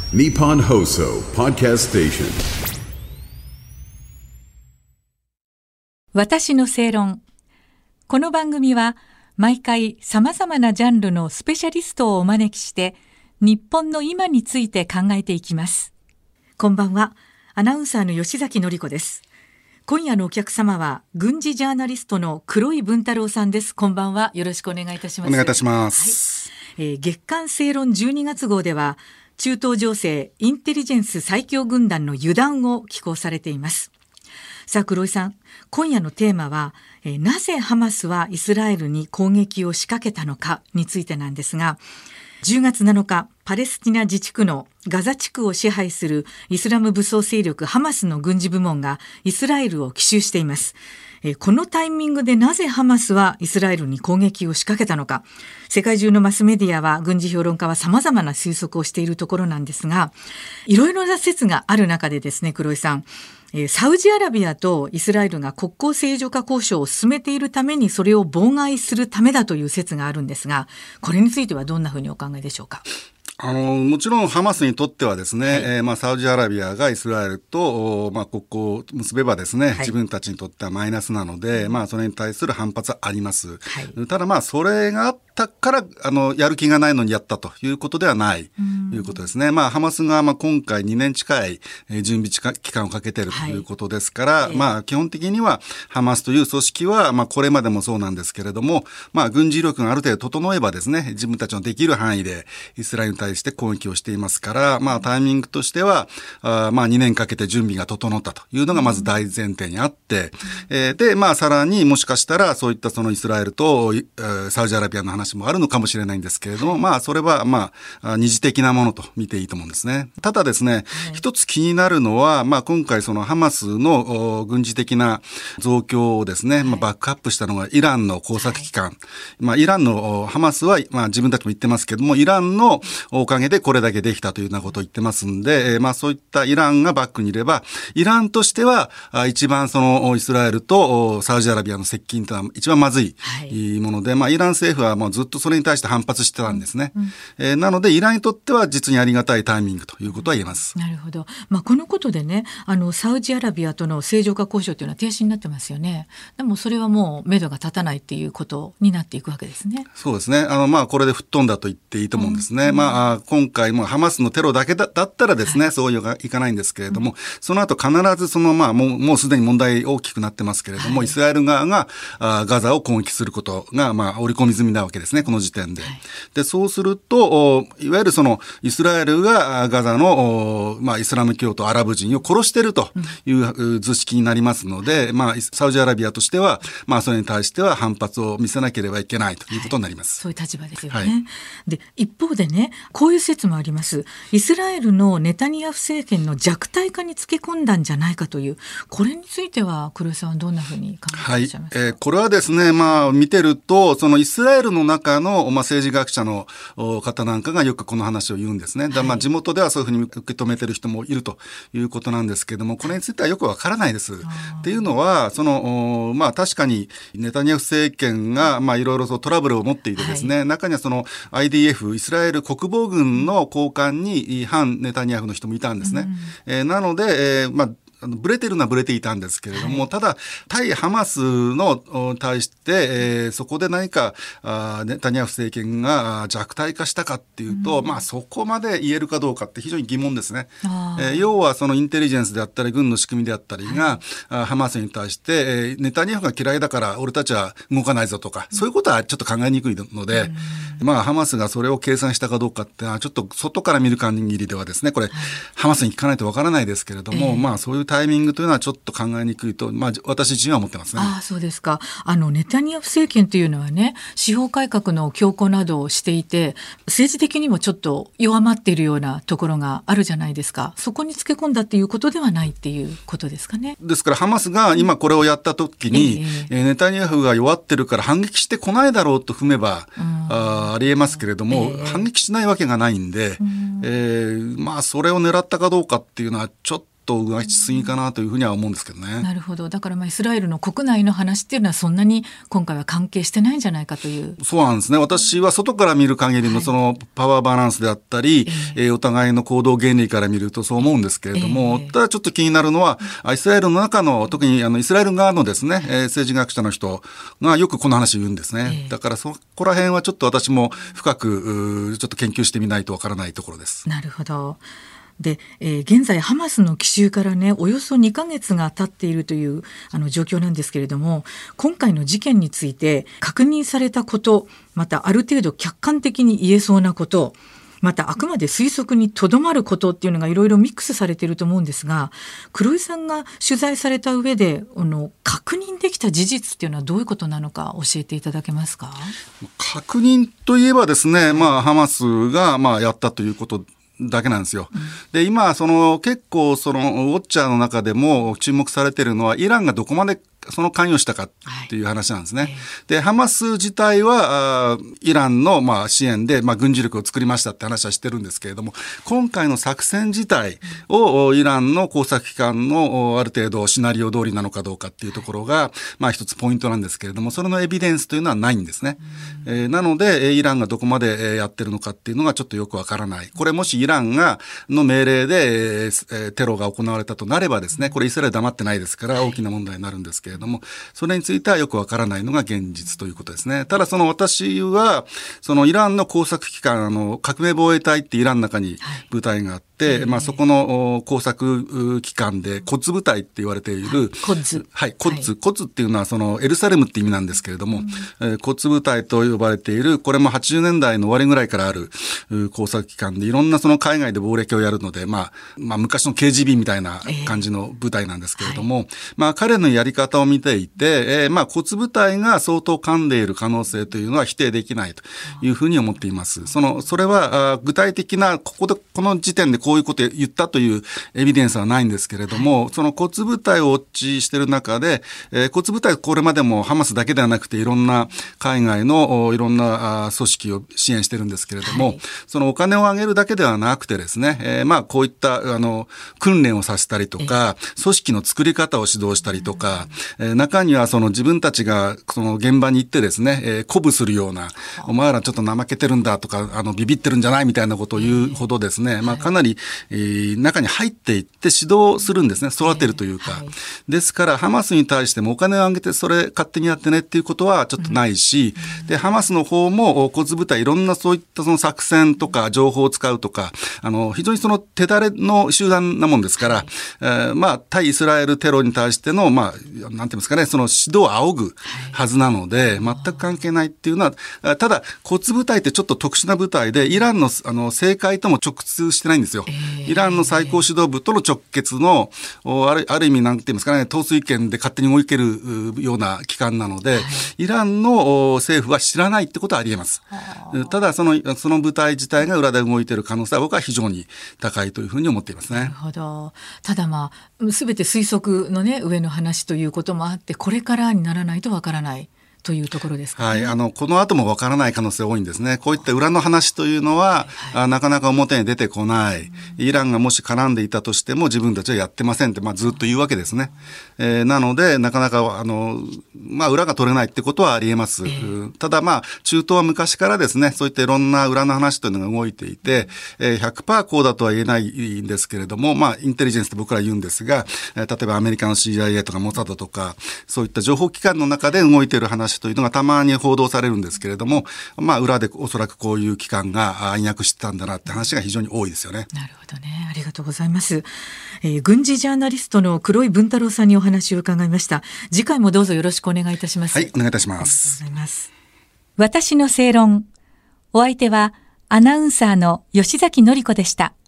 Nippon Hoso Podcast Station。 私の正論。この番組は毎回さまざまなジャンルのスペシャリストをお招きして日本の今について考えていきます。こんばんは、アナウンサーの吉崎紀子です。今夜のお客様は軍事ジャーナリストの黒井文太郎さんです。こんばんは、よろしくお願いいたします。 お願いいたします。 月刊正論12月号では中東情勢インテリジェンス最強軍団の油断を寄稿されています。さあ黒井さん、今夜のテーマは、なぜハマスはイスラエルに攻撃を仕掛けたのかについてなんですが、10月7日パレスチナ自治区のガザ地区を支配するイスラム武装勢力ハマスの軍事部門がイスラエルを奇襲しています。このタイミングでなぜハマスはイスラエルに攻撃を仕掛けたのか、世界中のマスメディアは軍事評論家は様々な推測をしているところなんですが、いろいろな説がある中でですね、黒井さん、サウジアラビアとイスラエルが国交正常化交渉を進めているためにそれを妨害するためだという説があるんですが、これについてはどんなふうにお考えでしょうか。 もちろんハマスにとってはですね、サウジアラビアがイスラエルと、国交を結べばですね、自分たちにとってはマイナスなので、それに対する反発はあります。ただそれがあったからやる気がないのにやったということではないということですね。ハマスが今回2年近い準備期間をかけているということですから、基本的にはハマスという組織はこれまでもそうなんですけれども、軍事力がある程度整えばですね、自分たちのできる範囲でイスラエルに対して攻撃をしていますから、タイミングとしては2年かけて準備が整ったというのがまず大前提にあって、でさらにもしかしたらそういったそのイスラエルとサウジアラビアの話もあるのかもしれないんですけれども、それは二次的なものと見ていいと思うんですね。ただですね、一つ気になるのは、今回そのハマスの軍事的な増強をですね、バックアップしたのがイランの工作機関、イランのハマスは自分たちも言ってますけども、イランのおかげでこれだけできたというようなことを言ってますんで、そういったイランがバックにいれば、イランとしては一番そのイスラエルとサウジアラビアの接近というのは一番まずいもので、イラン政府はもうずっとそれに対して反発してたんですね。なのでイランにとっては実にありがたいタイミングということは言えます。 なるほど。このことでね、サウジアラビアとの正常化交渉というのは停止になってますよね。でもそれはもう目処が立たないっていうことになっていくわけですね。 そうですね。これで吹っ飛んだと言っていいと思うんですね。今回もハマスのテロだけだったらですね、そういかないんですけれども、その後必ずもうすでに問題大きくなってますけれども、イスラエル側がガザを攻撃することが織り込み済みなわけですね、この時点で。で、そうするといわゆるそのイスラエルがガザのイスラム教徒アラブ人を殺しているという図式になりますので、サウジアラビアとしてはそれに対しては反発を見せなければいけないということになります。 そういう立場ですよね。で、一方でね、こういう説もあります。イスラエルのネタニヤフ政権の弱体化につけ込んだんじゃないかという、これについては黒井さんはどんなふうに考えていらっしゃいますか。 これはですね、見てるとそのイスラエルの中の、政治学者の方なんかがよくこの話を言うんですね。地元ではそういうふうに受け止めてる人もいるということなんですけども、これについてはよくわからないです。っていうのは確かにネタニヤフ政権がいろいろとトラブルを持っていてですね、中にはその IDF イスラエル国防軍の高官に反ネタニヤフの人もいたんですね。なので、ブレてるのはブレていたんですけれども、ただ対ハマスの対して、そこで何かネタニヤフ政権が弱体化したかっていうと、そこまで言えるかどうかって非常に疑問ですね。要はそのインテリジェンスであったり軍の仕組みであったりが、ハマスに対して、ネタニヤフが嫌いだから俺たちは動かないぞとか、そういうことはちょっと考えにくいので、ハマスがそれを計算したかどうかってのはちょっと外から見る限りではですね、これ、ハマスに聞かないとわからないですけれども、そういうタイミングというのはちょっと考えにくいと、私自身は思ってますね。 そうですか。ネタニヤフ政権というのはね、司法改革の強行などをしていて、政治的にもちょっと弱まっているようなところがあるじゃないですか。そこにつけ込んだっていうことではないっていうことですかね。 ですからハマスが今これをやった時に、ネタニヤフが弱ってるから反撃してこないだろうと踏めば、ありえますけれども、反撃しないわけがないんで、それを狙ったかどうかっていうのはちょっと動かしすぎかなというふうには思うんですけどね。 なるほど。だからイスラエルの国内の話っていうのはそんなに今回は関係してないんじゃないかという。 そうなんですね。私は外から見る限りのそのパワーバランスであったり、お互いの行動原理から見るとそう思うんですけれども、ただちょっと気になるのはイスラエルの中の特にイスラエル側のですね、政治学者の人がよくこの話を言うんですね。だからそこら辺はちょっと私も深くちょっと研究してみないとわからないところです。 なるほど。で、現在ハマスの奇襲からねおよそ2ヶ月が経っているという状況なんですけれども、今回の事件について確認されたこと、またある程度客観的に言えそうなこと、またあくまで推測にとどまることっていうのがいろいろミックスされていると思うんですが、黒井さんが取材された上で確認できた事実っていうのはどういうことなのか教えていただけますか。 確認といえばですね、ハマスがやったということだけなんですよ。で、今結構ウォッチャーの中でも注目されているのはイランがどこまで関与したかっていう話なんですね。で、ハマス自体はイランの支援で軍事力を作りましたって話はしてるんですけれども、今回の作戦自体をイランの工作機関のある程度シナリオ通りなのかどうかっていうところが一つポイントなんですけれども、それのエビデンスというのはないんですね。なのでイランがどこまでやってるのかっていうのがちょっとよくわからない。これもしイランの命令でテロが行われたとなればですね、これイスラエル黙ってないですから大きな問題になるんですけれども、それについてはよくわからないのが現実ということですね。ただ私はイランの工作機関革命防衛隊ってイランの中に部隊があって、そこの工作機関でコッズ部隊って言われている、 コッズ、 コッズっていうのはエルサレムって意味なんですけれども、コッズ部隊と呼ばれている、これも80年代の終わりぐらいからある工作機関で、いろんな海外で暴力をやるので、昔の KGB みたいな感じの部隊なんですけれども、彼のやり方を見ていて、コッズ部隊が相当噛んでいる可能性というのは否定できないというふうに思っています。それは具体的なこの時点でこういうことを言ったというエビデンスはないんですけれども、コッズ部隊をウォッチしている中で、コッズ部隊はこれまでもハマスだけではなくていろんな海外のいろんな組織を支援してるんですけれども、お金を上げるだけではなくてですね、こういった訓練をさせたりとか、組織の作り方を指導したりとか、中には自分たちが現場に行ってですね、鼓舞するような、お前らちょっと怠けてるんだとかビビってるんじゃないみたいなことを言うほどですね、かなり中に入っていって指導するんですね。育てるというか。ですからハマスに対してもお金をあげてそれ勝手にやってねっていうことはちょっとないし、でハマスの方もコッズ部隊いろんなそういった作戦とか情報を使うとか、非常に手だれの集団なもんですから、対イスラエルテロに対してのなんていうんですかね、指導を仰ぐはずなので、全く関係ないっていうのは、ただコッズ部隊ってちょっと特殊な部隊でイランの政界とも直通してないんですよ。イランの最高指導部との直結のある意味なんていうんですかね、統帥権で勝手に動けるような機関なので、イランの政府は知らないってことはありえます。ただその部隊自体が裏で動いている可能性は僕は非常に高いというふうに思っていますね。 なるほど。ただ全て推測の上の話ということもあって、これからにならないとわからないというところですかね。 この後もわからない可能性多いんですね。こういった裏の話というのは、なかなか表に出てこない。イランがもし絡んでいたとしても自分たちはやってませんって、ずっと言うわけですね。なのでなかなか裏が取れないってことはありえます。ただ中東は昔からですね、そういったいろんな裏の話というのが動いていて、100% こうだとは言えないんですけれども、インテリジェンスと僕ら言うんですが、例えばアメリカの CIA とかモサドとか、そういった情報機関の中で動いている話というのがたまに報道されるんですけれども、裏でおそらくこういう機関が暗躍してたんだなって話が非常に多いですよね。 なるほどね。ありがとうございます。軍事ジャーナリストの黒井文太郎さんにお話を伺いました。次回もどうぞよろしくお願いいたします。 はい、お願いいたします。 ありがとうございます。私の正論。お相手はアナウンサーの吉崎紀子でした。